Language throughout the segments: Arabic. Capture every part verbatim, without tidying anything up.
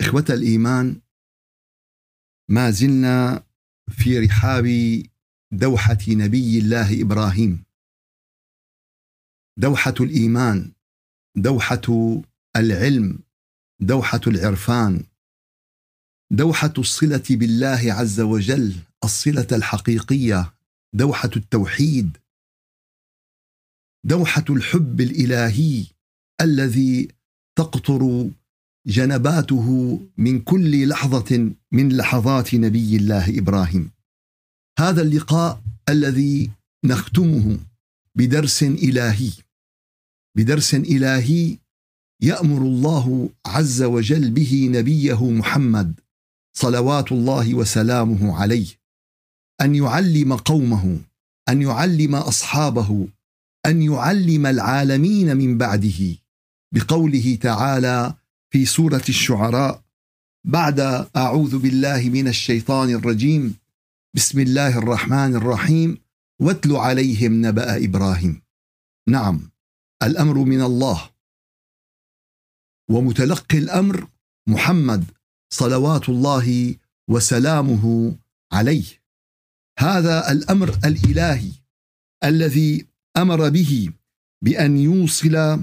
إخوة الإيمان، ما زلنا في رحاب دوحة نبي الله إبراهيم، دوحة الإيمان، دوحة العلم، دوحة العرفان، دوحة الصلة بالله عز وجل، الصلة الحقيقية، دوحة التوحيد، دوحة الحب الإلهي الذي تقطر جنباته من كل لحظة من لحظات نبي الله إبراهيم. هذا اللقاء الذي نختمه بدرس إلهي، بدرس إلهي يأمر الله عز وجل به نبيه محمد صلوات الله وسلامه عليه أن يعلم قومه، أن يعلم أصحابه، أن يعلم العالمين من بعده، بقوله تعالى في سورة الشعراء بعد أعوذ بالله من الشيطان الرجيم بسم الله الرحمن الرحيم واتل عليهم نبأ إبراهيم. نعم، الأمر من الله، ومتلقي الأمر محمد صلوات الله وسلامه عليه. هذا الأمر الإلهي الذي أمر به بأن يوصل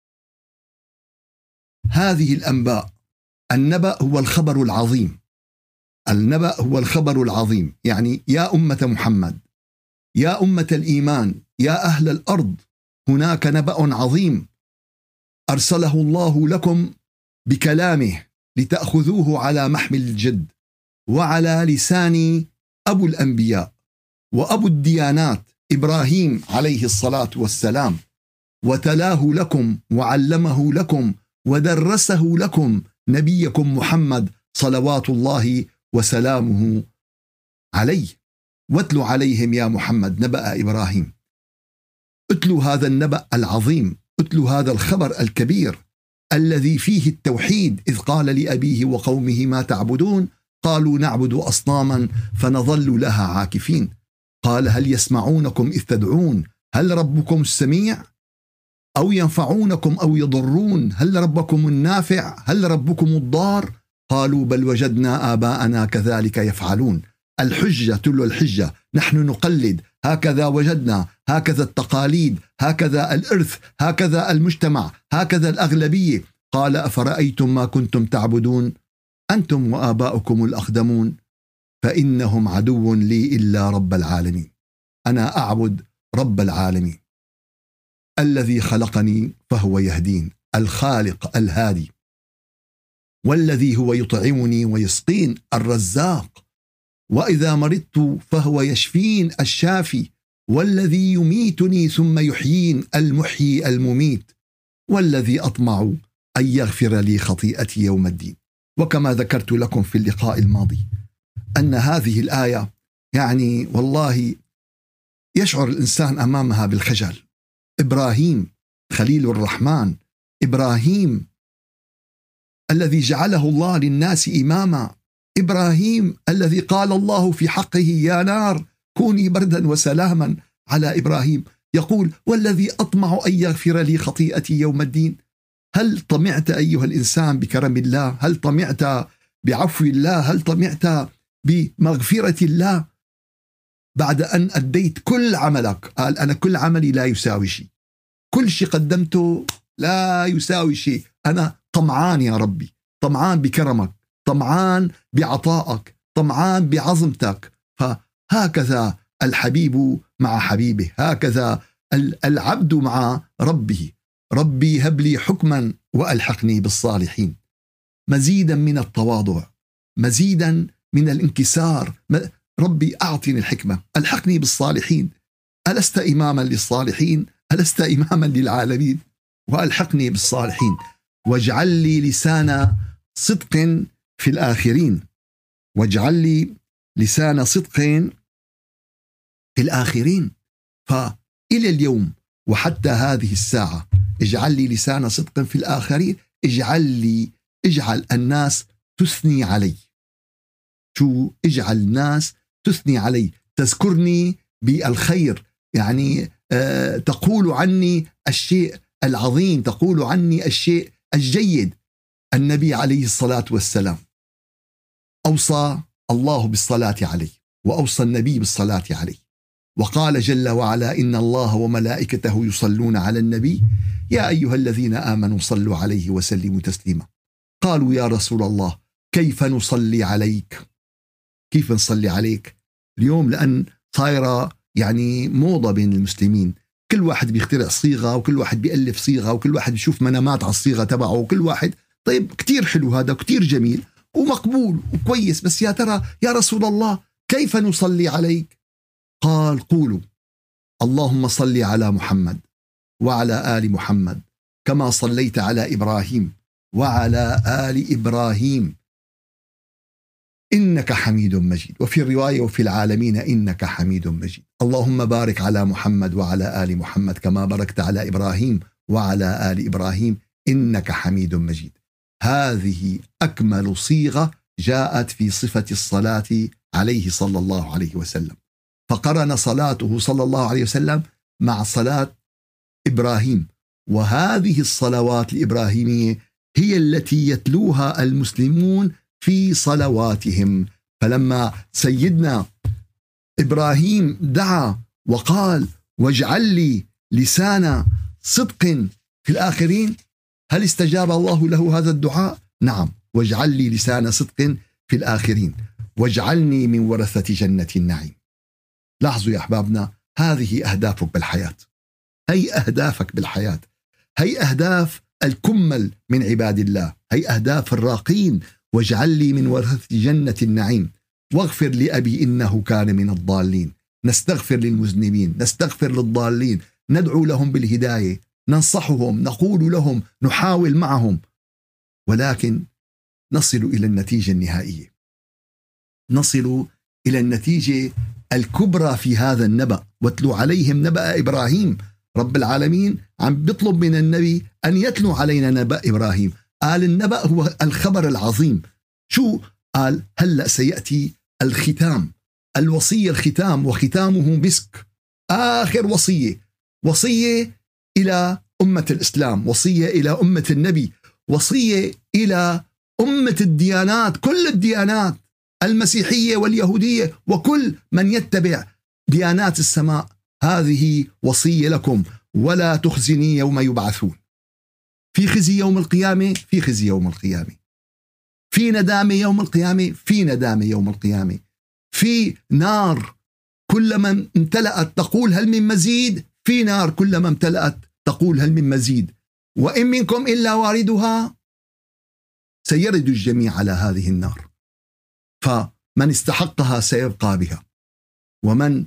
هذه الأنباء. النبأ هو الخبر العظيم، النبأ هو الخبر العظيم، يعني يا أمة محمد، يا أمة الإيمان، يا أهل الأرض، هناك نبأ عظيم أرسله الله لكم بكلامه لتأخذوه على محمل الجد وعلى لسان أبو الأنبياء وأبو الديانات إبراهيم عليه الصلاة والسلام، وتلاه لكم وعلمه لكم ودرسه لكم نبيكم محمد صلوات الله وسلامه عليه. واتلوا عليهم يا محمد نبأ إبراهيم. اتلوا هذا النبأ العظيم، اتلوا هذا الخبر الكبير الذي فيه التوحيد. إذ قال لأبيه وقومه ما تعبدون؟ قالوا نعبد أصناما فنظل لها عاكفين. قال هل يسمعونكم إذ تدعون؟ هل ربكم السميع؟ أو ينفعونكم أو يضرون؟ هل ربكم النافع؟ هل ربكم الضار؟ قالوا بل وجدنا آباءنا كذلك يفعلون. الحجة تلو الحجة، نحن نقلد، هكذا وجدنا، هكذا التقاليد، هكذا الإرث، هكذا المجتمع، هكذا الأغلبية. قال أفرأيتم ما كنتم تعبدون أنتم وآباؤكم الأقدمون فإنهم عدو لي إلا رب العالمين. أنا أعبد رب العالمين الذي خلقني فهو يهدين، الخالق الهادي، والذي هو يطعمني ويسقين، الرزاق، وإذا مرضت فهو يشفين، الشافي، والذي يميتني ثم يحيين، المحيي المميت، والذي أطمع أن يغفر لي خطيئتي يوم الدين. وكما ذكرت لكم في اللقاء الماضي أن هذه الآية يعني والله يشعر الإنسان أمامها بالخجل. إبراهيم خليل الرحمن، إبراهيم الذي جعله الله للناس إماما، إبراهيم الذي قال الله في حقه يا نار كوني بردا وسلاما على إبراهيم، يقول والذي أطمع أن يغفر لي خطيئتي يوم الدين. هل طمعت أيها الإنسان بكرم الله؟ هل طمعت بعفو الله؟ هل طمعت بمغفرة الله بعد أن أديت كل عملك؟ قال أنا كل عملي لا يساوي شيء، كل شيء قدمته لا يساوي شيء، أنا طمعان يا ربي، طمعان بكرمك، طمعان بعطائك، طمعان بعظمتك. فهكذا الحبيب مع حبيبه، هكذا العبد مع ربه. ربي هب لي حكما وألحقني بالصالحين. مزيدا من التواضع، مزيدا من الانكسار. ربي أعطني الحكمة، ألحقني بالصالحين. ألست إماما للصالحين؟ ألست إماما للعالمين؟ وألحقني بالصالحين واجعل لي لسان صدق في الآخرين، واجعل لي لسان صدق في الآخرين. فإلى اليوم وحتى هذه الساعة اجعل لي لسان صدق في الآخرين، اجعل لي اجعل الناس تثني علي. شو اجعل الناس تثني علي؟ تذكرني بالخير، يعني آه تقول عني الشيء العظيم، تقول عني الشيء الجيد. النبي عليه الصلاة والسلام أوصى الله بالصلاة عليه، وأوصى النبي بالصلاة عليه، وقال جل وعلا: إن الله وملائكته يصلون على النبي يا أيها الذين آمنوا صلوا عليه وسلموا تسليما. قالوا: يا رسول الله كيف نصلي عليك؟ كيف نصلي عليك؟ اليوم لأن صايرة يعني موضة بين المسلمين، كل واحد بيخترع صيغة، وكل واحد بيألف صيغة، وكل واحد بيشوف منامات على الصيغة تبعه، وكل واحد طيب كتير حلو هذا وكتير جميل ومقبول وكويس، بس يا ترى يا رسول الله كيف نصلي عليك؟ قال: قولوا اللهم صل على محمد وعلى آل محمد كما صليت على إبراهيم وعلى آل إبراهيم إنك حميد مجيد. وفي الرواية: وفي العالمين إنك حميد مجيد. اللهم بارك على محمد وعلى آل محمد كما باركت على إبراهيم وعلى آل إبراهيم إنك حميد مجيد. هذه أكمل صيغة جاءت في صفة الصلاة عليه صلى الله عليه وسلم، فقرن صلاته صلى الله عليه وسلم مع صلاة إبراهيم، وهذه الصلوات الإبراهيمية هي التي يتلوها المسلمون في صلواتهم. فلما سيدنا إبراهيم دعا وقال: واجعل لي لسان صدق في الآخرين، هل استجاب الله له هذا الدعاء؟ نعم: واجعل لي لسان صدق في الآخرين واجعلني من ورثة جنة النعيم. لاحظوا يا أحبابنا، هذه أهدافك بالحياة، هي أهدافك بالحياة، هي أهداف الكمل من عباد الله، هي أهداف الراقين: واجعل لي من ورثة جنة النعيم واغفر لأبي إنه كان من الضالين. نستغفر للمذنبين، نستغفر للضالين، ندعو لهم بالهداية، ننصحهم، نقول لهم، نحاول معهم، ولكن نصل إلى النتيجة النهائية، نصل إلى النتيجة الكبرى في هذا النبأ. واتلو عليهم نبأ إبراهيم. رب العالمين عم بيطلب من النبي أن يتلو علينا نبأ إبراهيم. قال النبأ هو الخبر العظيم. شو قال؟ هلأ سيأتي الختام، الوصية الختام، وختامه مسك. آخر وصية، وصية إلى أمة الإسلام، وصية إلى أمة النبي، وصية إلى أمة الديانات، كل الديانات، المسيحية واليهودية وكل من يتبع ديانات السماء. هذه وصية لكم: ولا تخزني يوم يبعثون. في خزي يوم القيامة، في خزي يوم القيامة، في ندامة يوم القيامة، في ندامة يوم القيامة، في نار كلما امتلأت تقول هل من مزيد، في نار كلما امتلأت تقول هل من مزيد. وإن منكم إلا واردها، سيرد الجميع على هذه النار، فمن استحقها سيبقى بها، ومن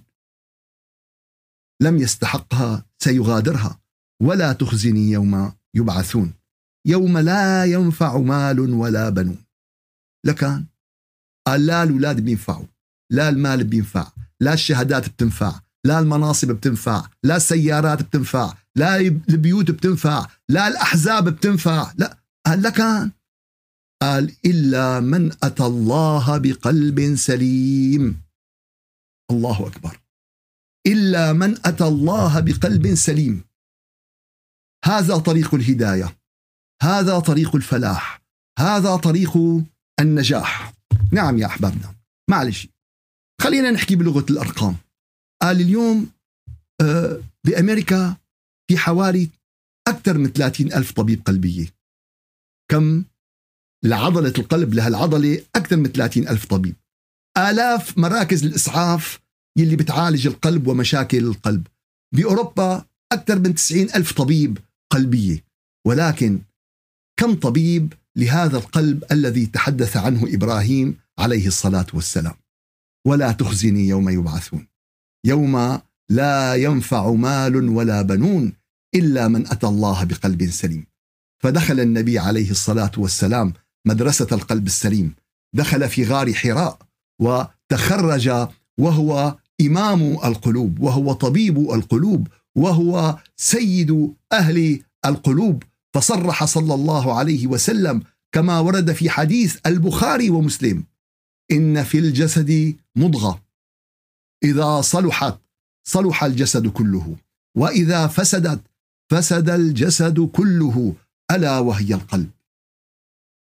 لم يستحقها سيغادرها. ولا تخزني يوم يبعثون يوم لا ينفع مال ولا بنون. لكان قال لا الأولاد بينفعوا، لا المال بينفع، لا الشهادات بتنفع، لا المناصب بتنفع، لا السيارات بتنفع، لا البيوت بتنفع، لا الأحزاب بتنفع. لا، قال لكان قال إلا من أتى الله بقلب سليم. الله أكبر. إلا من أتى الله بقلب سليم. هذا طريق الهداية، هذا طريق الفلاح، هذا طريق النجاح. نعم يا أحبابنا، معلش خلينا نحكي بلغة الأرقام. قال اليوم بأمريكا في حوالي أكثر من ثلاثين ألف طبيب قلبية. كم لعضلة القلب؟ لها العضلة أكثر من ثلاثين ألف طبيب. آلاف مراكز الإسعاف يلي بتعالج القلب ومشاكل القلب. بأوروبا أكثر من تسعين ألف طبيب قلبية. ولكن كم طبيب لهذا القلب الذي تحدث عنه إبراهيم عليه الصلاة والسلام؟ ولا تخزني يوم يبعثون يوم لا ينفع مال ولا بنون إلا من أتى الله بقلب سليم. فدخل النبي عليه الصلاة والسلام مدرسة القلب السليم، دخل في غار حراء وتخرج وهو إمام القلوب، وهو طبيب القلوب، وهو سيد أهل القلوب. فصرح صلى الله عليه وسلم كما ورد في حديث البخاري ومسلم: إن في الجسد مضغة إذا صلحت صلح الجسد كله، وإذا فسدت فسد الجسد كله، ألا وهي القلب.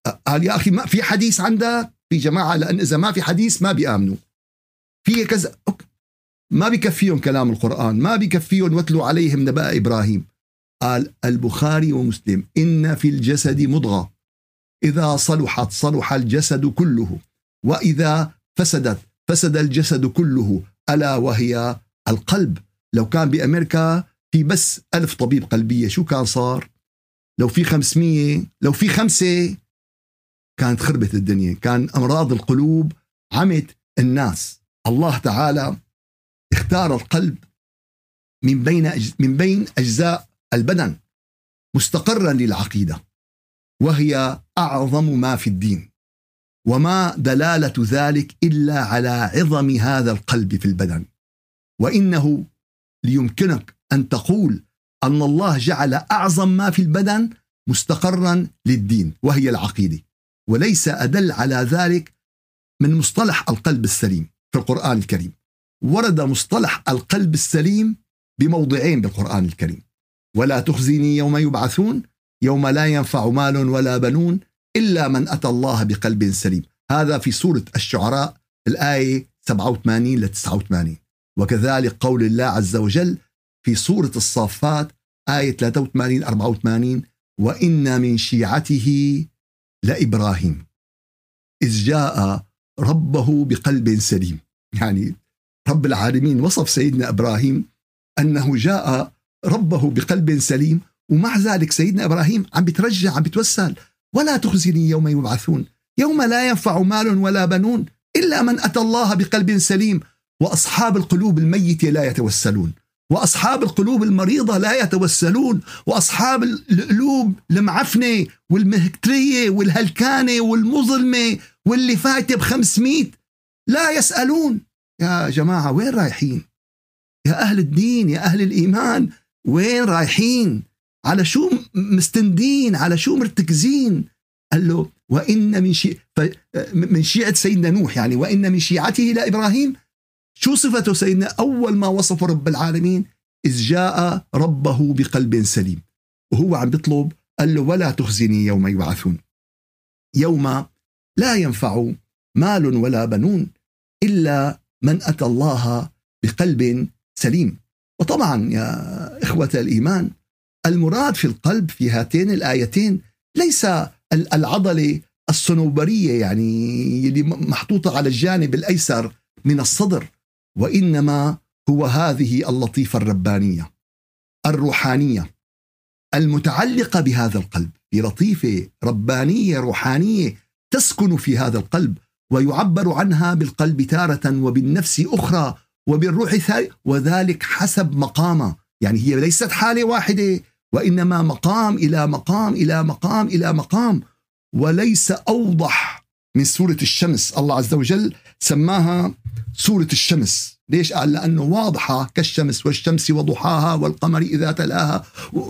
قال يا أخي ما في حديث عندك؟ في جماعة لأن إذا ما في حديث ما بيآمنوا في كذا، ما بيكفيهم كلام القرآن، ما بيكفيهم واتلوا عليهم نبأ إبراهيم. قال البخاري ومسلم إن في الجسد مضغة إذا صلحت صلح الجسد كله وإذا فسدت فسد الجسد كله ألا وهي القلب. لو كان بأمريكا في بس ألف طبيب قلبية شو كان صار؟ لو في خمسمية، لو في خمسة كانت خربت الدنيا، كان أمراض القلوب عمت الناس. الله تعالى اختار القلب من بين أجز... من بين أجزاء البدن مستقرا للعقيدة، وهي أعظم ما في الدين، وما دلالة ذلك إلا على عظم هذا القلب في البدن. وإنه ليمكنك أن تقول أن الله جعل أعظم ما في البدن مستقرا للدين وهي العقيدة، وليس أدل على ذلك من مصطلح القلب السليم في القرآن الكريم. ورد مصطلح القلب السليم بموضعين بالقرآن الكريم: ولا تخزني يوم يبعثون يوم لا ينفع مال ولا بنون إلا من أتى الله بقلب سليم. هذا في سورة الشعراء الآية سبعة وثمانين إلى تسعة وثمانين. وكذلك قول الله عز وجل في سورة الصافات آية ثلاثة وثمانين إلى أربعة وثمانين: وإن من شيعته لإبراهيم إذ جاء ربه بقلب سليم. يعني رب العالمين وصف سيدنا إبراهيم أنه جاء ربه بقلب سليم، ومع ذلك سيدنا إبراهيم عم بترجع عم بتوسل: ولا تخزني يوم يبعثون يوم لا ينفع مال ولا بنون إلا من أتى الله بقلب سليم. وأصحاب القلوب الميتة لا يتوسلون، وأصحاب القلوب المريضة لا يتوسلون، وأصحاب القلوب المعفنة والمهكترية والهلكانة والمظلمة واللي فايتة بخمسمية لا يسألون. يا جماعة وين رايحين؟ يا أهل الدين، يا أهل الإيمان، وين رايحين؟ على شو مستندين؟ على شو مرتكزين؟ قال له وإن من شيء من شيعة سيدنا نوح، يعني وإن من شيعته لإبراهيم. شو صفته سيدنا؟ أول ما وصف رب العالمين إذ جاء ربه بقلب سليم، وهو عم بيطلب قال له ولا تخزني يوم يبعثون يوم لا ينفع مال ولا بنون إلا من أتى الله بقلب سليم. وطبعا يا إخوة الإيمان المراد في القلب في هاتين الآيتين ليس العضلة الصنوبرية يعني اللي محطوطة على الجانب الأيسر من الصدر، وإنما هو هذه اللطيفة الربانية الروحانية المتعلقة بهذا القلب، في لطيفة ربانية روحانية تسكن في هذا القلب، ويعبر عنها بالقلب تارة وبالنفس أخرى وبالروح ثالث، وذلك حسب مقامه. يعني هي ليست حالة واحدة، وإنما مقام إلى مقام إلى مقام إلى مقام. وليس أوضح من سورة الشمس. الله عز وجل سماها سورة الشمس. ليش؟ قال لأنه واضحة كالشمس والشمس وضحاها والقمر إذا تلاها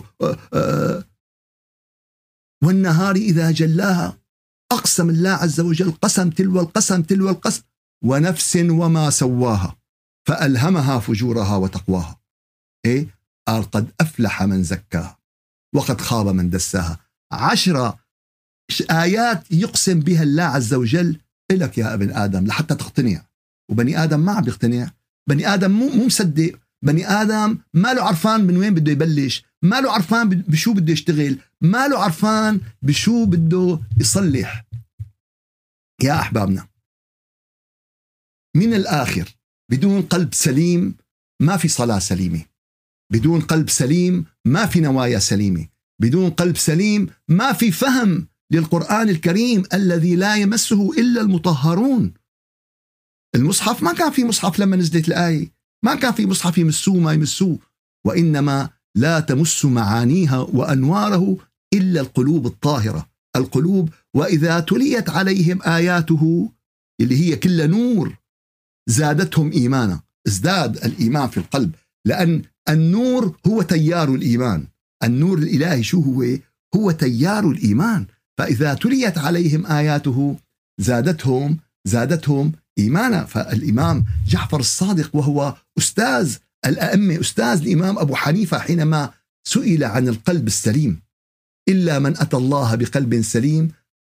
والنهار إذا جلاها. أقسم الله عز وجل قسم تلو القسم تلو القسم ونفس وما سواها فألهمها فجورها وتقواها. إيه؟ قال قد أفلح من زكاها وقد خاب من دساها. عشرة آيات يقسم بها الله عز وجل إلك يا ابن آدم لحتى تقتنع. وبني آدم ما عم بيقتنع، بني آدم مو مو مصدق، بني آدم ما له عرفان من وين بده يبلش، ما له عرفان بشو بده يشتغل، ما له عرفان بشو بده يصلح. يا أحبابنا من الآخر، بدون قلب سليم ما في صلاة سليمة، بدون قلب سليم ما في نوايا سليمة، بدون قلب سليم ما في فهم للقرآن الكريم الذي لا يمسه إلا المطهرون. المصحف ما كان في مصحف لما نزلت الآية، ما كان في مصحف يمسوه ما يمسوه، وإنما لا تمس معانيها وأنواره إلا القلوب الطاهرة، القلوب وإذا تليت عليهم آياته اللي هي كل نور زادتهم إيمانا. ازداد الإيمان في القلب، لأن النور هو تيار الإيمان. النور الإلهي شو هو؟ هو تيار الإيمان. فإذا تليت عليهم آياته زادتهم زادتهم إيمانا. فالإمام جعفر الصادق وهو أستاذ الأئمة، أستاذ الإمام أبو حنيفة، حينما سئل عن القلب السليم: إلا من أتى الله بقلب سليم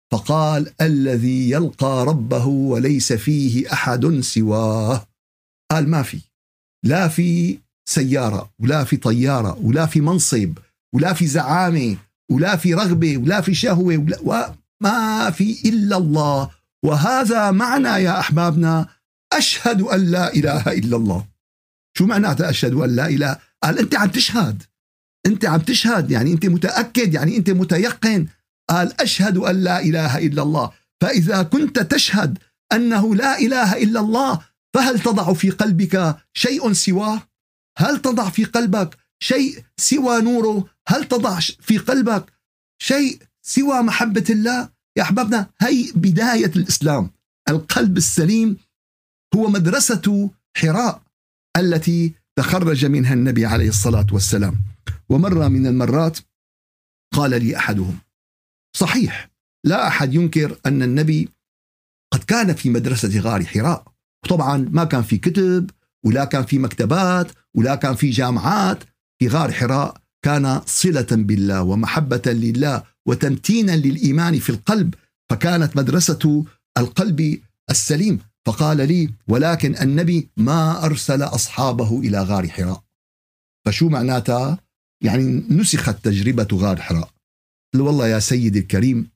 فقال الذي يلقى ربه وليس فيه أحد سواه. قال ما في، لا في سيارة ولا في طيارة ولا في منصب ولا في زعامة ولا في رغبة ولا في شهوة ولا ما في إلا الله. وهذا معنى يا أحبابنا أشهد أن لا إله إلا الله. شو معناته أشهد أن لا إله؟ قال أنت عم تشهد، أنت عم تشهد يعني أنت متأكد، يعني أنت متيقن. قال أشهد أن لا إله إلا الله. فإذا كنت تشهد أنه لا إله إلا الله، فهل تضع في قلبك شيء سواه؟ هل تضع في قلبك شيء سوى نوره؟ هل تضع في قلبك شيء سوى محبة الله؟ يا أحبابنا هي بداية الإسلام. القلب السليم هو مدرسة حراء التي تخرج منها النبي عليه الصلاة والسلام. ومرة من المرات قال لي أحدهم، صحيح لا أحد ينكر أن النبي قد كان في مدرسة غار حراء، وطبعا ما كان في كتب ولا كان في مكتبات ولا كان في جامعات. في غار حراء كان صلة بالله ومحبة لله وتمتينا للإيمان في القلب، فكانت مدرسة القلب السليم. فقال لي ولكن النبي ما أرسل أصحابه إلى غار حراء. فشو معناتها؟ يعني نسخت تجربة غار حراء. قال والله يا سيدي الكريم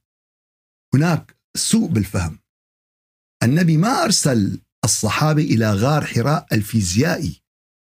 هناك سوء بالفهم. النبي ما أرسل الصحابة إلى غار حراء الفيزيائي،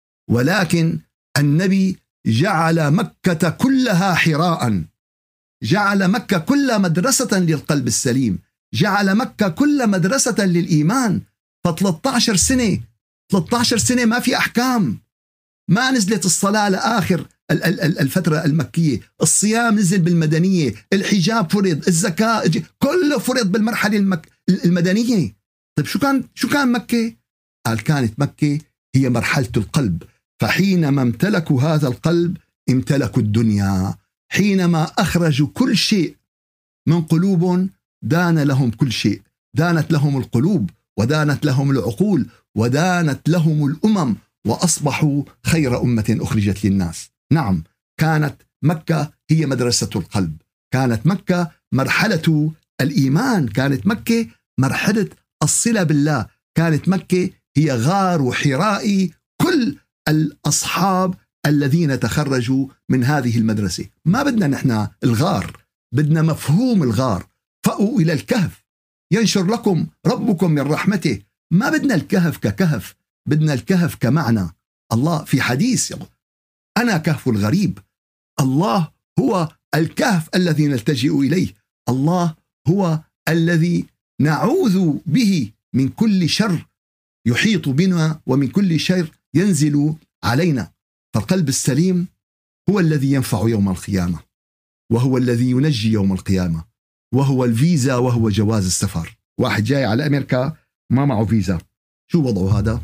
ولكن النبي جعل مكة كلها حراء، جعل مكة كلها مدرسة للقلب السليم، جعل مكة كلها مدرسة للإيمان. فثلاثة عشر سنة ثلاثة عشر سنة ما في أحكام، ما نزلت الصلاة لآخر الفترة المكية، الصيام نزل بالمدنية، الحجاب فرض، الزكاة كله فرض بالمرحلة المك... المدنية. طيب شو كان شو كان مكة؟ قال كانت مكة هي مرحلة القلب. فحينما امتلكوا هذا القلب امتلكوا الدنيا. حينما أخرجوا كل شيء من قلوب دان لهم كل شيء، دانت لهم القلوب ودانت لهم العقول ودانت لهم الأمم، وأصبحوا خير أمة أخرجت للناس. نعم، كانت مكة هي مدرسة القلب، كانت مكة مرحلة الإيمان، كانت مكة مرحلة الصلة بالله، كانت مكة هي غار حراء كل الأصحاب الذين تخرجوا من هذه المدرسة. ما بدنا نحن الغار، بدنا مفهوم الغار. فأووا إلى الكهف ينشر لكم ربكم من رحمته. ما بدنا الكهف ككهف، بدنا الكهف كمعنى. الله في حديث يقول أنا كهف الغريب. الله هو الكهف الذي نلتجئ إليه، الله هو الذي نعوذ به من كل شر يحيط بنا ومن كل شر ينزل علينا. فالقلب السليم هو الذي ينفع يوم القيامة، وهو الذي ينجي يوم القيامة، وهو الفيزا وهو جواز السفر. واحد جاي على أمريكا ما معه فيزا، شو وضعه هذا؟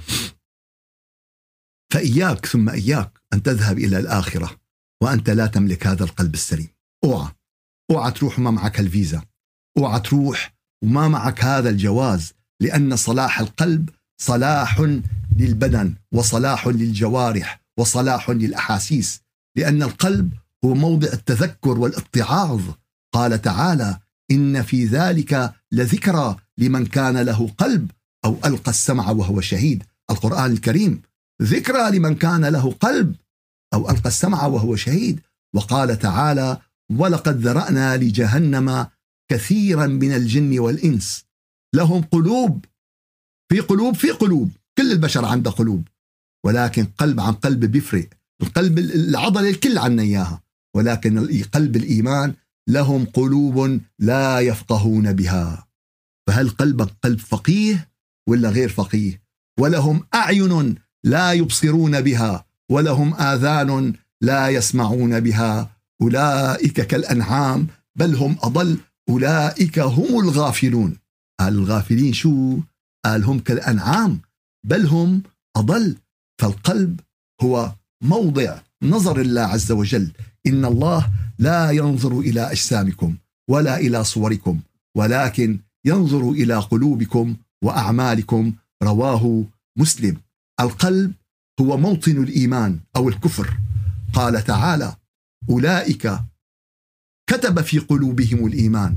فإياك ثم إياك أن تذهب إلى الآخرة وأنت لا تملك هذا القلب السليم. اوعى اوعى تروح وما معك الفيزا، اوعى تروح وما معك هذا الجواز، لأن صلاح القلب صلاح للبدن وصلاح للجوارح وصلاح للأحاسيس، لأن القلب هو موضع التذكر والاتعاظ. قال تعالى إن في ذلك لذكرى لمن كان له قلب أو ألقى السمع وهو شهيد. القرآن الكريم ذكرى لمن كان له قلب أو ألقى السمع وهو شهيد. وقال تعالى ولقد ذرأنا لجهنم كثيرا من الجن والإنس لهم قلوب، في قلوب في قلوب، كل البشر عنده قلوب، ولكن قلب عن قلب بيفرق. القلب العضلة الكل عنا إياها، ولكن قلب الإيمان لهم قلوب لا يفقهون بها. فهل قلبك قلب فقيه ولا غير فقيه؟ ولهم أعين لا يبصرون بها ولهم آذان لا يسمعون بها أولئك كالأنعام بل هم أضل أولئك هم الغافلون. قال الغافلين شو؟ قال هم كالأنعام بل هم أضل. فالقلب هو موضع نظر الله عز وجل. إن الله لا ينظر إلى أجسامكم ولا إلى صوركم ولكن ينظر إلى قلوبكم وأعمالكم. رواه مسلم. القلب هو موطن الإيمان أو الكفر. قال تعالى أولئك كتب في قلوبهم الإيمان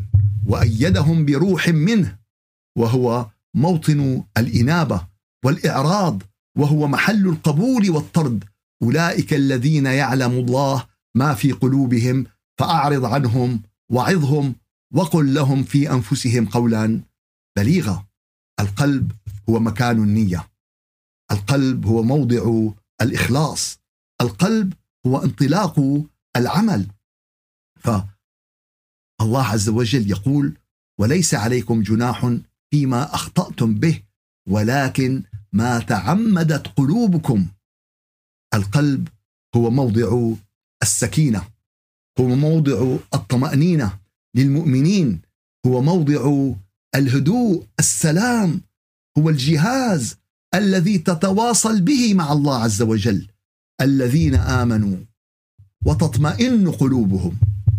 وأيدهم بروح منه، وهو موطن الإنابة والإعراض، وهو محل القبول والطرد. أولئك الذين يعلم الله ما في قلوبهم فأعرض عنهم وعظهم وقل لهم في أنفسهم قولا بليغا. القلب هو مكان النية، القلب هو موضع الإخلاص، القلب هو انطلاق العمل. فالله عز وجل يقول: وليس عليكم جناح فيما أخطأتم به ولكن ما تعمدت قلوبكم. القلب هو موضع السكينة، هو موضع الطمأنينة للمؤمنين، هو موضع الهدوء، السلام، هو الجهاز الذي تتواصل به مع الله عز وجل. الذين آمنوا وتطمئن قلوبهم.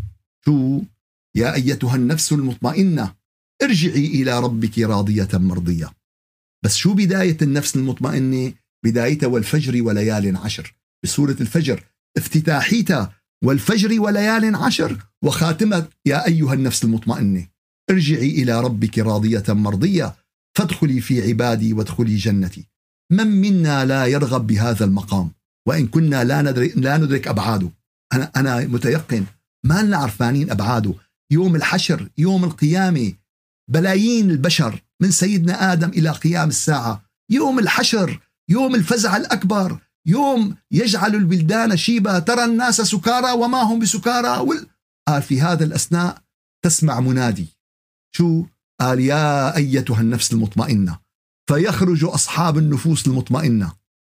شو؟ يا أيتها النفس المطمئنة ارجعي إلى ربك راضية مرضية. بس شو بداية النفس المطمئنة؟ بدايتها والفجر وليال عشر، بسورة الفجر افتتاحيتها والفجر وليال عشر، وخاتمة يا أيها النفس المطمئنة ارجعي إلى ربك راضية مرضية فادخلي في عبادي وادخلي جنتي. من منا لا يرغب بهذا المقام؟ وإن كنا لا ندرك, لا ندرك أبعاده. أنا, أنا متيقن ما لنا عرفانين أبعاده. يوم الحشر، يوم القيامة، بلايين البشر من سيدنا آدم إلى قيام الساعة. يوم الحشر، يوم الفزع الأكبر، يوم يجعل البلدان شيبة، ترى الناس سكارى وما هم بسكارى. وال... قال في هذا الأثناء تسمع منادي. شو؟ قال يا أيتها النفس المطمئنة. فيخرج أصحاب النفوس المطمئنة،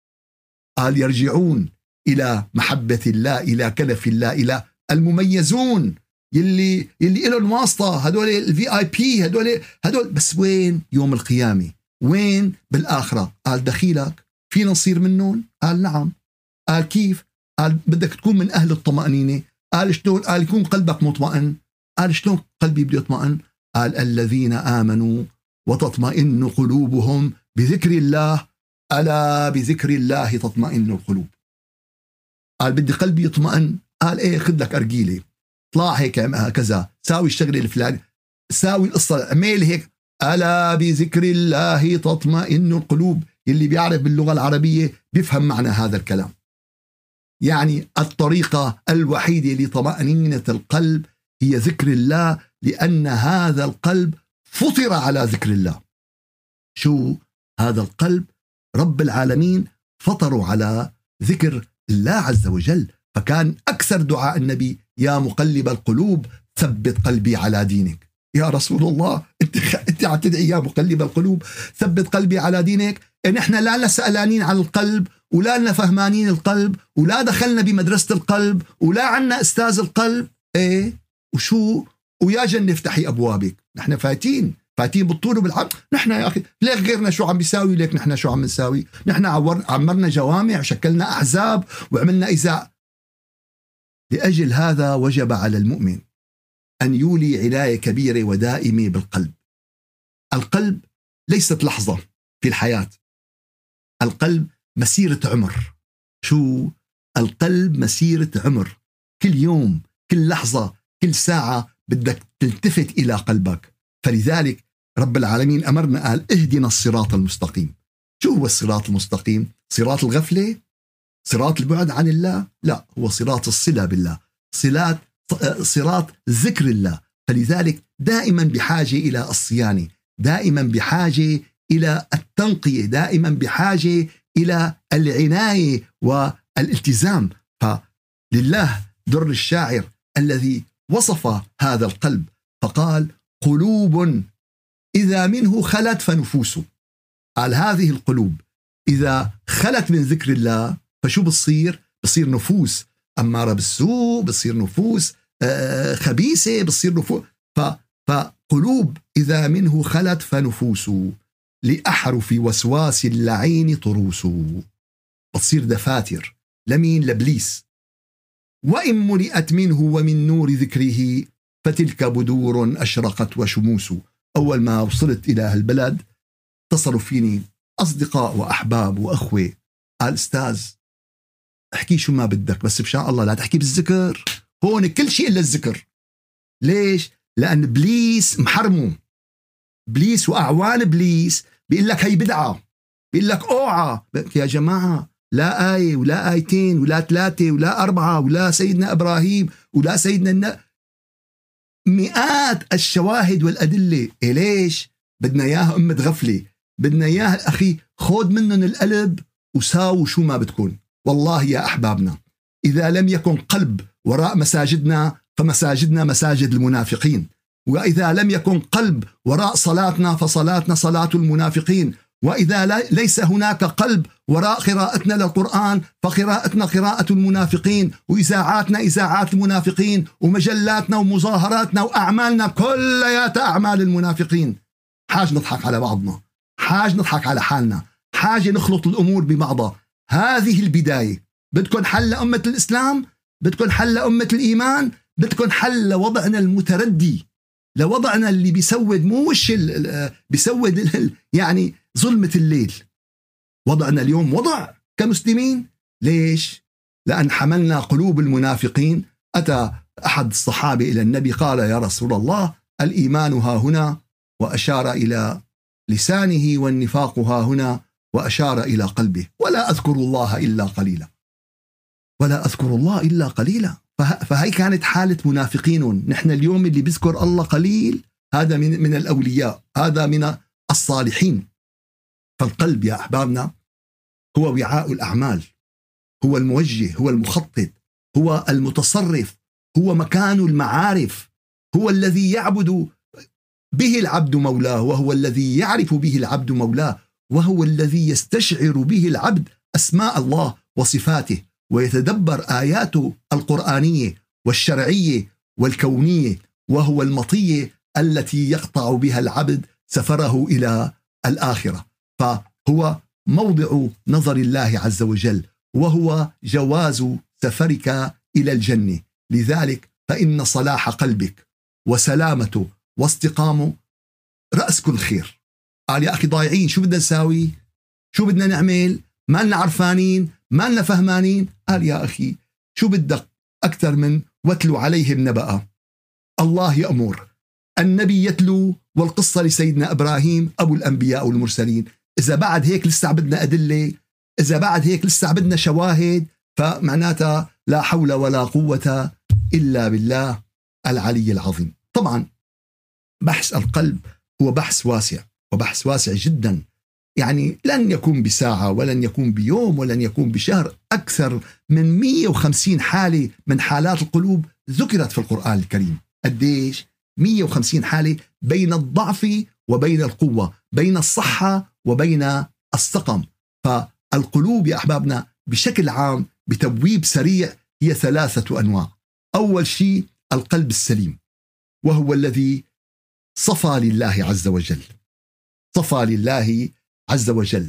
قال يرجعون إلى محبة الله، إلى كنف الله، إلى المميزون يلي يلي لهم واسطة، هدول الفي آي بي، هدول هدول بس وين؟ يوم القيامة. وين؟ بالآخرة. قال دخيلك فينا نصير منهم؟ قال نعم. قال كيف؟ قال بدك تكون من أهل الطمأنينة. قال شلون؟ قال يكون قلبك مطمئن. قال شلون قلبي بده يطمئن؟ قال الذين آمنوا وتطمئن قلوبهم بذكر الله، ألا بذكر الله تطمئن القلوب. قال بدي قلبي يطمئن. قال ايه، خذ لك أرجيلة، طلع هيك هكذا، ساوي الشغله الفلاني، ساوي القصه، اعمل هيك. ألا بذكر الله تطمئن القلوب. اللي بيعرف باللغة العربية بيفهم معنى هذا الكلام. يعني الطريقة الوحيدة لطمأنينة القلب هي ذكر الله، لأن هذا القلب فطر على ذكر الله. شو هذا القلب؟ رب العالمين فطروا على ذكر الله عز وجل. فكان أكثر دعاء النبي يا مقلب القلوب ثبت قلبي على دينك. يا رسول الله انت انت عم تدعي يا مقلب القلوب ثبت قلبي على دينك؟ نحن لا لنا سألانين عن القلب، ولا لنا فهمانين القلب، ولا دخلنا بمدرسة القلب، ولا عنا أستاذ القلب. ايه وشو؟ ويا جنة افتحي أبوابك. نحن فاتين فاتين بالطول وبالعرض. نحن يا أخي ليك غيرنا شو عم بيساوي، ليك نحن شو عم نساوي؟ نحن عمرنا جوامع، شكلنا أحزاب، وعملنا إذاعة. لأجل هذا وجب على المؤمن أن يولي عناية كبيرة ودائمة بالقلب. القلب ليست لحظة في الحياة، القلب مسيرة عمر. شو؟ القلب مسيرة عمر. كل يوم، كل لحظة، كل ساعة بدك تلتفت إلى قلبك. فلذلك رب العالمين أمرنا قال اهدنا الصراط المستقيم. شو هو الصراط المستقيم؟ صراط الغفلة؟ صراط البعد عن الله؟ لا، هو صراط الصلة بالله، صراط صراط ذكر الله. فلذلك دائما بحاجة إلى الصيانة، دائما بحاجة إلى التنقية، دائما بحاجة إلى العناية والالتزام. فلله در الشاعر الذي وصف هذا القلب فقال قلوب إذا منه خلت فنفوس. قال هذه القلوب إذا خلت من ذكر الله فشو بتصير؟ بتصير نفوس أمارة بالسوء، بتصير نفوس خبيثة، بتصير نفوس. فقلوب إذا منه خلت فنفوس لأحرف وسواس اللعين طروس. بتصير دفاتر لمين؟ لإبليس. وإن ملئت منه ومن نور ذكره فتلك بدور أشرقت وشموس. أول ما وصلت إلى هالبلد اتصلوا فيني أصدقاء وأحباب وأخوة، قال أستاذ احكي شو ما بدك بس بشاء الله لا تحكي بالذكر، هون كل شيء إلا الذكر. ليش؟ لأن إبليس محرمه، إبليس وأعوان إبليس بيقول لك هي بدعة، بيقول لك أوعى. يا جماعة لا آية ولا آيتين ولا ثلاثة ولا أربعة ولا سيدنا إبراهيم ولا سيدنا النبي، مئات الشواهد والأدلة. إيه ليش بدنا إياها أمة غفلة؟ بدنا إياها أخي خود منهم القلب وساووا شو ما بتكون. والله يا أحبابنا إذا لم يكن قلب وراء مساجدنا فمساجدنا مساجد المنافقين، وإذا لم يكن قلب وراء صلاتنا فصلاتنا صلاة المنافقين، وإذا ليس هناك قلب وراء قراءتنا للقرآن فقراءتنا قراءة المنافقين، وإذاعاتنا إذاعات المنافقين، ومجلاتنا ومظاهراتنا وأعمالنا كلها أعمال المنافقين. حاج نضحك على بعضنا، حاج نضحك على حالنا، حاجة نخلط الأمور ببعضها. هذه البداية. بدكن حل لأمة الإسلام، بدكن حل لأمة الإيمان، بدكن حل لوضعنا المتردي، لوضعنا اللي بيسود مو وش بيسود يعني ظلمة الليل. وضعنا اليوم وضع كمسلمين. ليش؟ لأن حملنا قلوب المنافقين. أتى أحد الصحابة إلى النبي قال يا رسول الله الإيمان ها هنا، وأشار إلى لسانه، والنفاق ها هنا، وأشار إلى قلبه، ولا أذكر الله إلا قليلا، ولا أذكر الله إلا قليلا. فهي كانت حالة منافقين. نحن اليوم اللي بيذكر الله قليل هذا من من الأولياء، هذا من الصالحين. فالقلب يا أحبابنا هو وعاء الأعمال، هو الموجه، هو المخطط، هو المتصرف، هو مكان المعارف، هو الذي يعبد به العبد مولاه، وهو الذي يعرف به العبد مولاه، وهو الذي يستشعر به العبد أسماء الله وصفاته، ويتدبر آياته القرآنية والشرعية والكونية، وهو المطية التي يقطع بها العبد سفره إلى الآخرة. فهو موضع نظر الله عز وجل، وهو جواز سفرك إلى الجنة. لذلك فإن صلاح قلبك وسلامته واستقامه رأس كل خير. قال يا أخي ضايعين، شو بدنا نساوي؟ شو بدنا نعمل؟ ما لنا عرفانين، ما لنا فهمانين. قال يا أخي شو بدك أكثر من واتلو عليهم نبأ؟ الله يأمر، النبي يتلو، والقصة لسيدنا إبراهيم أبو الأنبياء والمرسلين. إذا بعد هيك لسه بدنا أدلة، إذا بعد هيك لسه بدنا شواهد، فمعناتها لا حول ولا قوة إلا بالله العلي العظيم. طبعا بحث القلب هو بحث واسع، وبحث واسع جدا، يعني لن يكون بساعة ولن يكون بيوم ولن يكون بشهر. أكثر من مئة وخمسين حالة من حالات القلوب ذكرت في القرآن الكريم. قديش؟ مئة وخمسين حالة بين الضعف وبين القوة، بين الصحة وبين السقم. فالقلوب يا أحبابنا بشكل عام بتبويب سريع هي ثلاثة أنواع. أول شيء القلب السليم، وهو الذي صفى لله عز وجل، صفى لله عز وجل،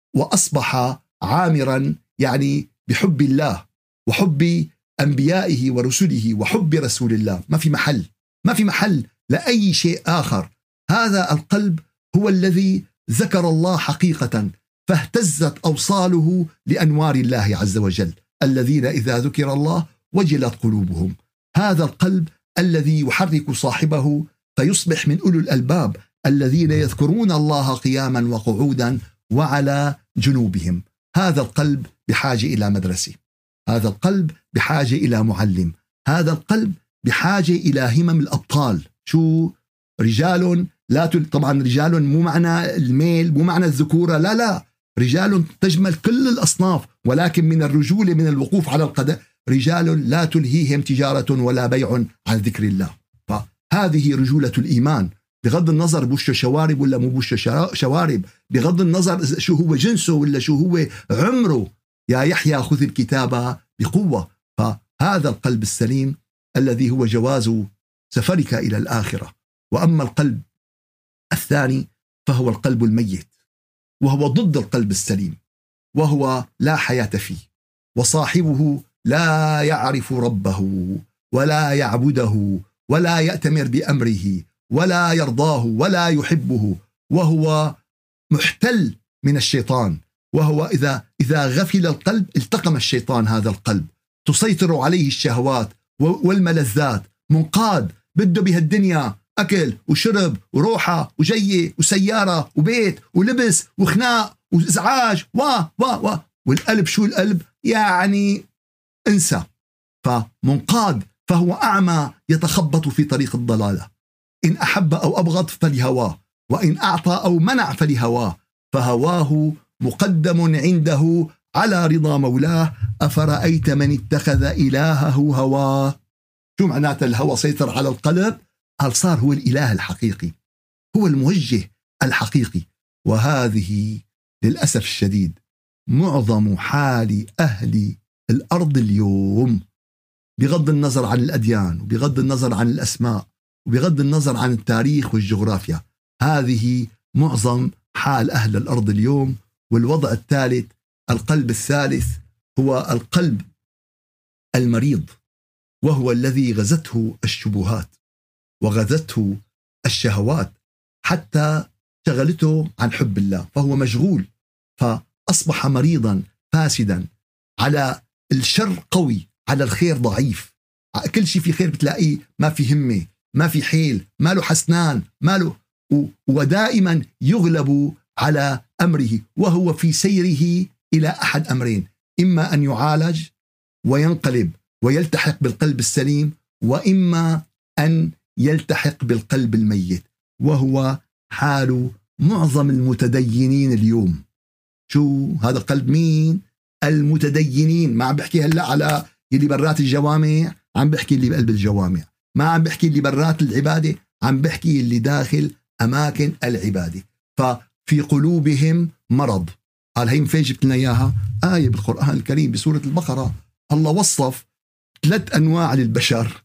وأصبح عامرا يعني بحب الله وحب أنبيائه ورسله وحب رسول الله. ما في محل، ما في محل لأي شيء آخر. هذا القلب هو الذي ذكر الله حقيقة، فاهتزت أوصاله لأنوار الله عز وجل، الذين إذا ذكر الله وجلت قلوبهم. هذا القلب الذي يحرك صاحبه فيصبح من أولو الألباب الذين يذكرون الله قياما وقعودا وعلى جنوبهم. هذا القلب بحاجة إلى مدرسة، هذا القلب بحاجة إلى معلم، هذا القلب بحاجة إلى همم الأبطال. شو؟ رجال لا تل... طبعا رجال مو معنى الميل، مو معنى الذكورة، لا لا، رجال تجمل كل الأصناف، ولكن من الرجولة، من الوقوف على القدم. رجال لا تلهيهم تجارة ولا بيع عن ذكر الله. فهذه رجولة الإيمان، بغض النظر بوشه شوارب ولا مو بوشه شوارب، بغض النظر شو هو جنسه ولا شو هو عمره. يا يحيى خذ الكتاب بقوة. فهذا القلب السليم الذي هو جواز سفرك إلى الآخرة. وأما القلب الثاني فهو القلب الميت، وهو ضد القلب السليم، وهو لا حياة فيه، وصاحبه لا يعرف ربه ولا يعبده ولا يأتمر بأمره ولا يرضاه ولا يحبه، وهو محتل من الشيطان. وهو إذا إذا غفل القلب التقم الشيطان هذا القلب، تسيطر عليه الشهوات والملذات، منقاد بده بهالدنيا أكل وشرب وروحة وجية وسيارة وبيت ولبس وخناق وإزعاج و و و والقلب شو القلب؟ يعني انسى. فمنقاد، فهو أعمى يتخبط في طريق الضلالة. إن أحب أو أبغض فلهواه، وإن أعطى أو منع فلهواه، فهواه مقدم عنده على رضا مولاه. أفرأيت من اتخذ إلهه هواه. شو معناته الهوى سيطر على القلب؟ هل صار هو الإله الحقيقي، هو الموجه الحقيقي. وهذه للأسف الشديد معظم حال أهل الأرض اليوم، بغض النظر عن الأديان وبغض النظر عن الأسماء وبغض النظر عن التاريخ والجغرافيا. هذه معظم حال أهل الأرض اليوم. والوضع الثالث، القلب الثالث، هو القلب المريض، وهو الذي غزته الشبهات وغزته الشهوات حتى شغلته عن حب الله، فهو مشغول، فأصبح مريضا فاسدا، على الشر قوي، على الخير ضعيف. كل شيء في خير بتلاقيه ما في همة، ما في حيل، ما له حسنان، ما له، ودائما يغلب على أمره، وهو في سيره إلى أحد أمرين: إما أن يعالج وينقلب ويلتحق بالقلب السليم، وإما أن يلتحق بالقلب الميت، وهو حال معظم المتدينين اليوم. شو هذا قلب مين؟ المتدينين. ما عم بحكي هلأ على اللي برات الجوامع، عم بحكي اللي بقلب الجوامع. ما عم بحكي اللي برات العبادة، عم بحكي اللي داخل أماكن العبادة. ففي قلوبهم مرض. قال هي فين جبت لنا إياها؟ آية بالقرآن الكريم بسورة البقرة. الله وصف ثلاث أنواع للبشر: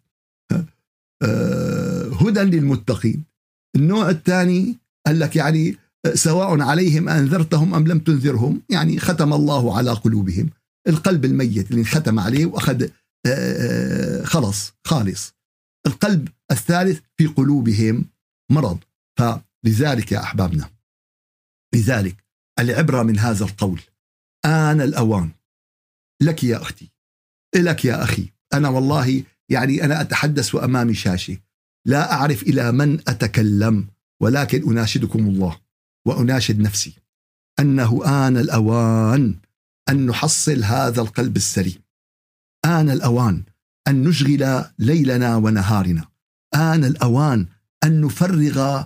هدى للمتقين. النوع الثاني قال لك يعني سواء عليهم أنذرتهم أم لم تنذرهم، يعني ختم الله على قلوبهم. القلب الميت اللي ختم عليه وأخذ خلص خالص. القلب الثالث في قلوبهم مرض. فلذلك يا أحبابنا، لذلك العبرة من هذا القول: آن الأوان. لك يا أختي، لك يا أخي، أنا والله يعني أنا أتحدث وأمامي شاشة، لا أعرف إلى من أتكلم، ولكن أناشدكم الله وأناشد نفسي أنه آن الأوان أن نحصل هذا القلب السليم. آن الأوان أن نشغل ليلنا ونهارنا. آن الأوان أن نفرغ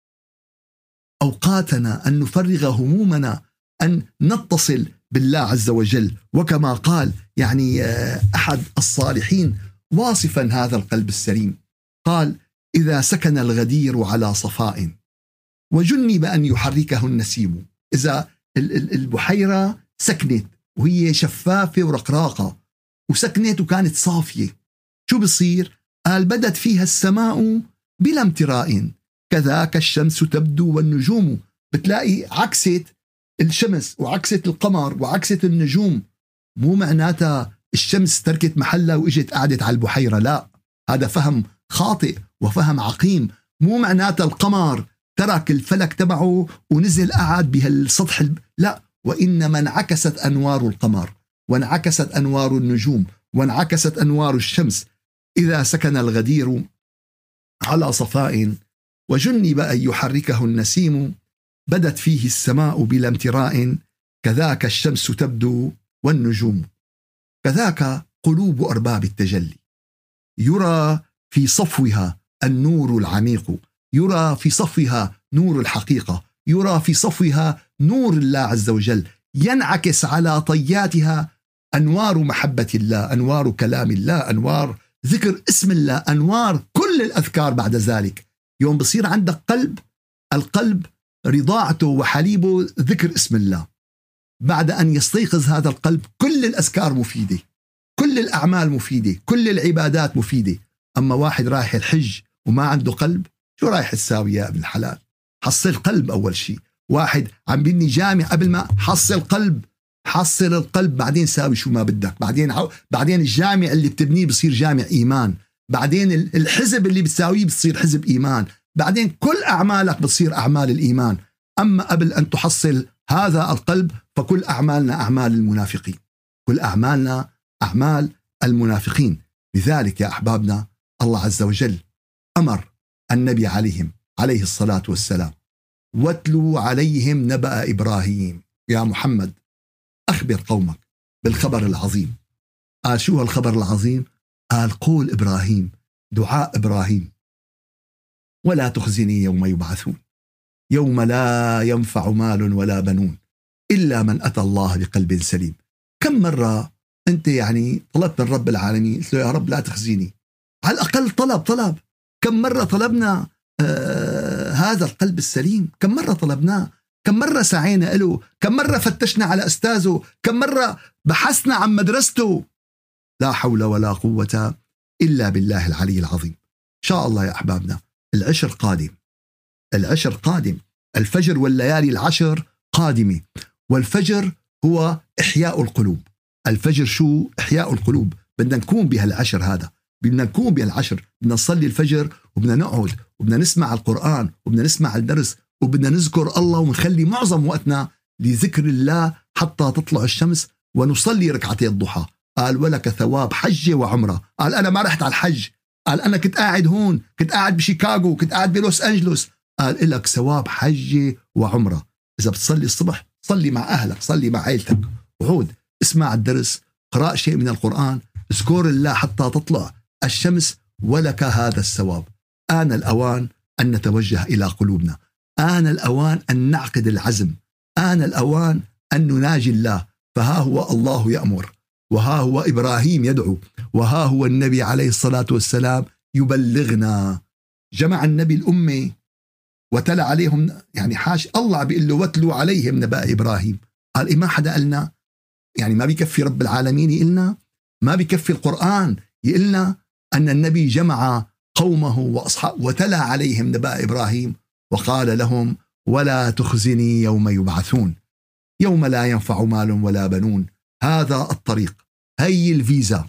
أوقاتنا، أن نفرغ همومنا، أن نتصل بالله عز وجل. وكما قال يعني أحد الصالحين واصفا هذا القلب السليم، قال: إذا سكن الغدير على صفاء وجنب أن يحركه النسيم. إذا البحيرة سكنت وهي شفافة ورقراقة وسكنت وكانت صافية، شو بصير؟ قال: بدت فيها السماء بلا امتراء، كذاك الشمس تبدو والنجوم. بتلاقي عكسة الشمس وعكسة القمر وعكسة النجوم. مو معناتها الشمس تركت محلها وإجت قعدت على البحيرة، لا، هذا فهم خاطئ وفهم عقيم. مو معناتها القمر ترك الفلك تبعه ونزل قعد بهالسطح الب... لا، وإنما انعكست أنوار القمر وانعكست أنوار النجوم وانعكست أنوار الشمس. إذا سكن الغدير على صفاء وجنب أن يحركه النسيم، بدت فيه السماء بلا امتراء، كذاك الشمس تبدو والنجوم. كذاك قلوب أرباب التجلي، يرى في صفوها النور العميق، يرى في صفوها نور الحقيقة، يرى في صفوها نور الله عز وجل، ينعكس على طياتها أنوار محبة الله، أنوار كلام الله، أنوار ذكر اسم الله، أنوار كل الأذكار. بعد ذلك يوم بصير عندك قلب، القلب رضاعته وحليبه ذكر اسم الله. بعد أن يستيقظ هذا القلب كل الأذكار مفيدة، كل الأعمال مفيدة، كل العبادات مفيدة. أما واحد رايح الحج وما عنده قلب، شو رايح تساوي يا ابن الحلال؟ حصل قلب أول شيء. واحد عم بني جامع، قبل ما حصل قلب، حصل القلب، بعدين ساوي شو ما بدك. بعدين بعدين الجامع اللي بتبنيه بصير جامع إيمان، بعدين الحزب اللي بتساويه بتصير حزب إيمان، بعدين كل أعمالك بتصير أعمال الإيمان. أما قبل أن تحصل هذا القلب فكل أعمالنا أعمال المنافقين، كل أعمالنا أعمال المنافقين. لذلك يا أحبابنا، الله عز وجل أمر النبي عليهم عليه الصلاة والسلام: واتلوا عليهم نبأ إبراهيم. يا محمد أخبر قومك بالخبر العظيم. قال شو هالخبر العظيم؟ قال قول إبراهيم، دعاء إبراهيم: ولا تخزني يوم يبعثون يوم لا ينفع مال ولا بنون إلا من أتى الله بقلب سليم. كم مرة أنت يعني طلبت من رب العالمين قلت له يا رب لا تخزيني؟ على الأقل طلب طلب. كم مرة طلبنا آه هذا القلب السليم؟ كم مرة طلبناه؟ كم مرة سعينا له؟ كم مرة فتشنا على أستاذه؟ كم مرة بحثنا عن مدرسته؟ لا حول ولا قوة إلا بالله العلي العظيم. إن شاء الله يا أحبابنا العشر قادم، العشر قادم، الفجر والليالي العشر قادمة. والفجر هو إحياء القلوب. الفجر شو؟ إحياء القلوب. بدنا نكون بهالعشر هذا، بدنا نكون بهالعشر، بدنا نصلي الفجر وبدنا نقعد وبدنا نسمع القرآن وبدنا نسمع الدرس وبدنا نذكر الله ونخلي معظم وقتنا لذكر الله حتى تطلع الشمس ونصلي ركعتي الضحى. قال ولك ثواب حجة وعمرة. قال أنا ما رحت على الحج، قال أنا كنت قاعد هون، كنت قاعد بشيكاغو، كنت قاعد بلوس أنجلوس. قال لك ثواب حجة وعمرة. إذا بتصلي الصبح صلي مع أهلك، صلي مع عائلتك، وعود اسمع الدرس، قراء شيء من القرآن، اذكر الله حتى تطلع الشمس، ولك هذا الثواب. آن الأوان أن نتوجه إلى قلوبنا، آن الأوان أن نعقد العزم، آن الأوان أن نناجي الله. فها هو الله يأمر، وها هو إبراهيم يدعو، وها هو النبي عليه الصلاة والسلام يبلغنا. جمع النبي الأمة وتلا عليهم، يعني حاش الله بيقول له واتلوا عليهم نبأ إبراهيم. قال إيه ما حدا قالنا؟ يعني ما بيكفي رب العالمين يقلنا؟ ما بيكفي القرآن يقلنا أن النبي جمع قومه وأصحاب وتلا عليهم نبأ إبراهيم وقال لهم ولا تخزني يوم يبعثون يوم لا ينفع مال ولا بنون. هذا الطريق، هي الفيزا،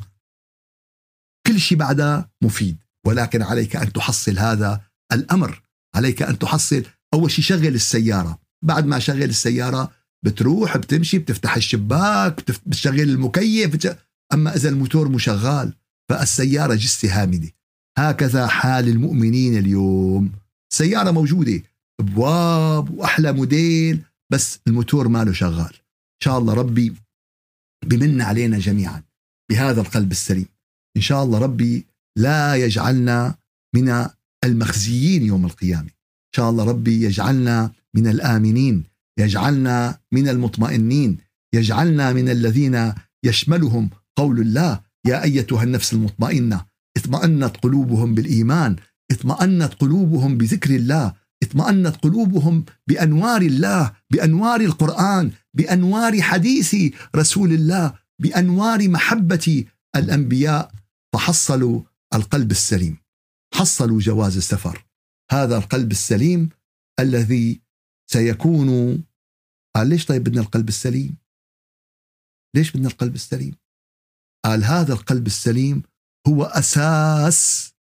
كل شيء بعدها مفيد، ولكن عليك أن تحصل هذا الأمر. عليك أن تحصل أول شيء شغل السيارة. بعد ما شغل السيارة بتروح بتمشي بتفتح الشباك بتشغل المكيف بت... أما إذا الموتور مشغال فالسيارة جثة هامدة. هكذا حال المؤمنين اليوم. سيارة موجودة أبواب وأحلى موديل بس الموتور ما له شغال. إن شاء الله ربي بمن علينا جميعا بهذا القلب السليم. إن شاء الله ربي لا يجعلنا من المخزيين يوم القيامة. إن شاء الله ربي يجعلنا من الآمنين، يجعلنا من المطمئنين، يجعلنا من الذين يشملهم قول الله يا أيتها النفس المطمئنة اطمأنت قلوبهم بالإيمان، اطمأنت قلوبهم بذكر الله، اطمأنت قلوبهم بأنوار الله، بأنوار القرآن، بأنوار حديث رسول الله، بأنوار محبة الأنبياء، فحصلوا القلب السليم، حصلوا جواز السفر. هذا القلب السليم الذي سيكون. قال ليش طيب بدنا القلب السليم؟ ليش بدنا القلب السليم؟ قال هذا القلب السليم هو أساس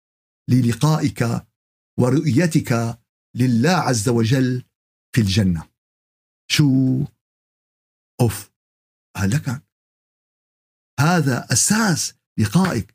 للقائك ورؤيتك لله عز وجل في الجنة. شو؟ أوف. قال لك هذا أساس لقائك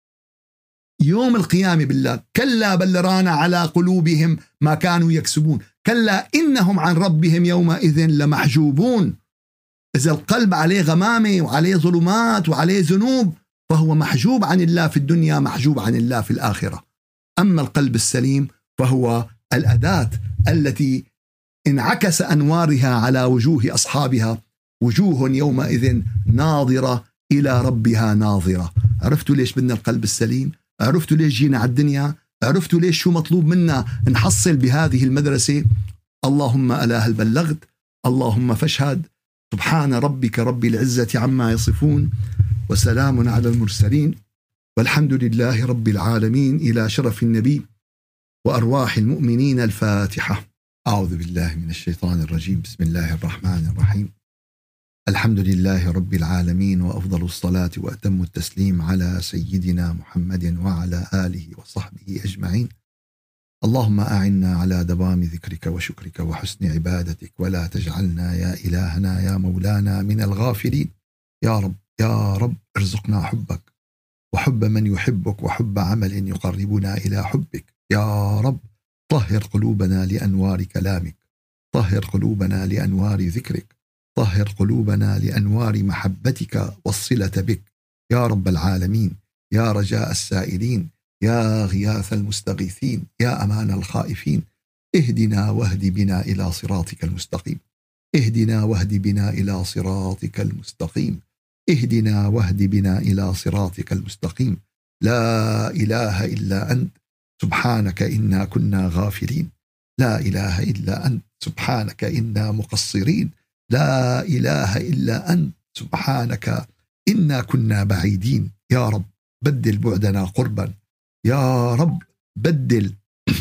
يوم القيامة بالله. كلا بل ران على قلوبهم ما كانوا يكسبون، كلا إنهم عن ربهم يومئذ لمحجوبون. إذا القلب عليه غمامة وعليه ظلمات وعليه ذنوب فهو محجوب عن الله في الدنيا، محجوب عن الله في الآخرة. أما القلب السليم فهو الأداة التي انعكس أنوارها على وجوه أصحابها، وجوه يومئذ ناظرة إلى ربها ناظرة. عرفتوا ليش بدنا القلب السليم؟ عرفتوا ليش جينا على الدنيا؟ عرفتوا ليش شو مطلوب منا نحصل بهذه المدرسة؟ اللهم ألا هل بلغت؟ اللهم فاشهد. سبحان ربك رب العزة عما يصفون وسلام على المرسلين والحمد لله رب العالمين. إلى شرف النبي وأرواح المؤمنين الفاتحة. أعوذ بالله من الشيطان الرجيم. بسم الله الرحمن الرحيم. الحمد لله رب العالمين، وأفضل الصلاة وأتم التسليم على سيدنا محمد وعلى آله وصحبه أجمعين. اللهم أعنا على دوام ذكرك وشكرك وحسن عبادتك، ولا تجعلنا يا إلهنا يا مولانا من الغافلين. يا رب يا رب ارزقنا حبك وحب من يحبك وحب عمل يقربنا إلى حبك يا رب. طهر قلوبنا لأنوار كلامك، طهر قلوبنا لأنوار ذكرك، طهر قلوبنا لأنوار محبتك والصلة بك يا رب العالمين، يا رجاء السائلين، يا غياث المستغيثين، يا أمان الخائفين. اهدنا واهد بنا إلى صراطك المستقيم، اهدنا واهد بنا إلى صراطك المستقيم، اهدنا واهد بنا إلى صراطك المستقيم. لا إله إلا أنت سبحانك إنا كنا غافلين، لا إله إلا أنت سبحانك إنا مقصرين، لا إله إلا أنت سبحانك إنا كنا بعيدين. يا رب بدل بعدنا قربا، يا رب بدل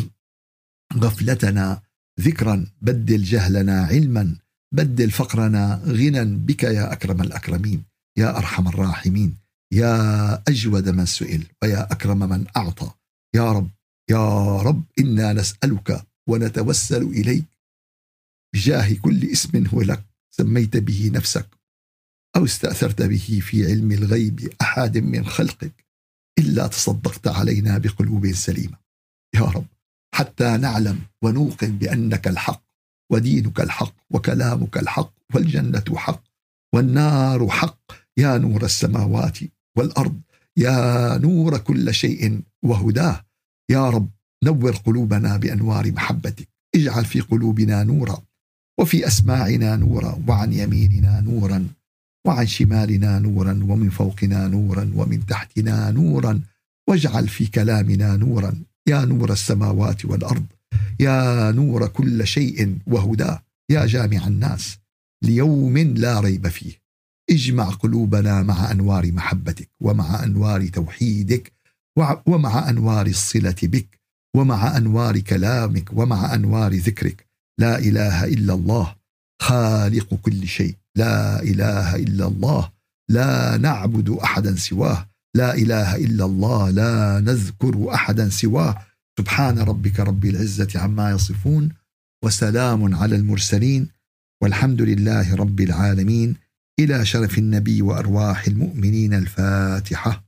غفلتنا ذكرا، بدل جهلنا علما، بدل فقرنا غنى بك يا أكرم الأكرمين، يا أرحم الراحمين، يا أجود من سئل ويا أكرم من أعطى. يا رب يا رب إنا نسألك ونتوسل إليك بجاه كل اسم هو لك سميت به نفسك أو استأثرت به في علم الغيب أحد من خلقك إلا تصدقت علينا بقلوب سليمة يا رب، حتى نعلم ونوقن بأنك الحق ودينك الحق وكلامك الحق والجنة حق والنار حق، يا نور السماوات والأرض، يا نور كل شيء وهداه. يا رب نور قلوبنا بأنوار محبتك، اجعل في قلوبنا نورا وفي أسماعنا نورا وعن يميننا نورا وعن شمالنا نورا ومن فوقنا نورا ومن تحتنا نورا، واجعل في كلامنا نورا يا نور السماوات والأرض، يا نور كل شيء وهداه، يا جامع الناس ليوم لا ريب فيه. اجمع قلوبنا مع أنوار محبتك ومع أنوار توحيدك ومع أنوار الصلة بك ومع أنوار كلامك ومع أنوار ذكرك. لا إله إلا الله خالق كل شيء، لا إله إلا الله لا نعبد أحدا سواه، لا إله إلا الله لا نذكر أحدا سواه. سبحان ربك رب العزة عما يصفون وسلام على المرسلين والحمد لله رب العالمين. إلى شرف النبي وأرواح المؤمنين الفاتحة.